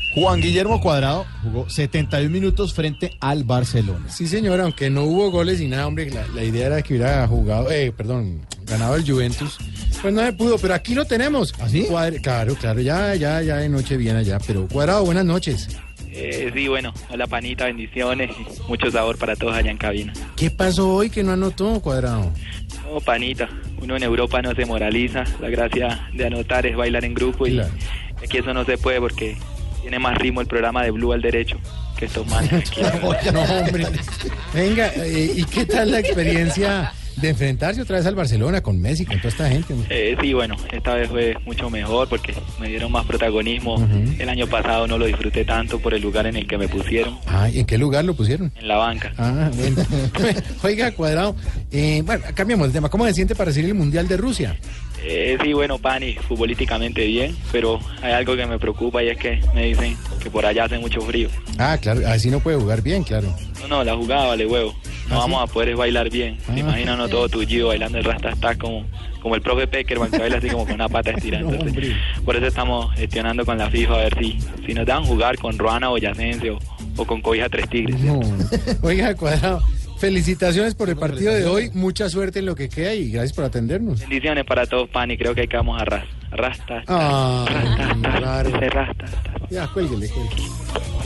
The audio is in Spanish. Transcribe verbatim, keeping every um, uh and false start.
Juan Guillermo Cuadrado jugó setenta y un minutos frente al Barcelona. Sí, señor, aunque no hubo goles y nada, hombre, la, la idea era que hubiera jugado, eh, perdón, ganado el Juventus. Pues no se pudo, pero aquí lo tenemos. ¿Ah, sí? Cuadra, claro, claro, ya, ya, ya de noche viene allá, pero Cuadrado, buenas noches. Eh, sí, bueno, hola panita, bendiciones y mucho sabor para todos allá en cabina. ¿Qué pasó hoy que no anotó, Cuadrado? No, panita, uno en Europa no se moraliza, la gracia de anotar es bailar en grupo y Claro. aquí eso no se puede porque tiene más ritmo el programa de Blue al derecho que estos manes aquí. No, hombre. Venga, eh, ¿y qué tal la experiencia de enfrentarse otra vez al Barcelona con Messi, con toda esta gente? Eh, sí, bueno, esta vez fue mucho mejor porque me dieron más protagonismo. Uh-huh. El año pasado no lo disfruté tanto por el lugar en el que me pusieron, Ah, ¿en qué lugar lo pusieron? en la banca. Ah, bueno. Oiga, Cuadrado, eh, bueno, cambiamos de tema. ¿Cómo se siente para recibir el Mundial de Rusia? Eh, sí, bueno, Pani, futbolísticamente bien, pero hay algo que me preocupa y es que me dicen que por allá hace mucho frío. Ah, claro, así no puede jugar bien, claro. No, no, la jugada vale huevo. No ¿Ah, vamos sí? a poder bailar bien. Ah. ¿Se imaginan uno todo tullido bailando el rastastas como, como el profe Peckerman que baila así como con una pata estirada? No, Entonces, hombre. por eso estamos gestionando con la FIFA a ver si, si nos dan jugar con Ruana Boyacense o, o con Cobija Tres Tigres. No. Oiga, Cuadrado, felicitaciones por el partido de hoy, mucha suerte en lo que queda y gracias por atendernos. Bendiciones para todos, Pani. Creo que ahí vamos a ras. Rastas. Ah, rastas, raro. ese rastas. Ya, cuélguele, cuélguele.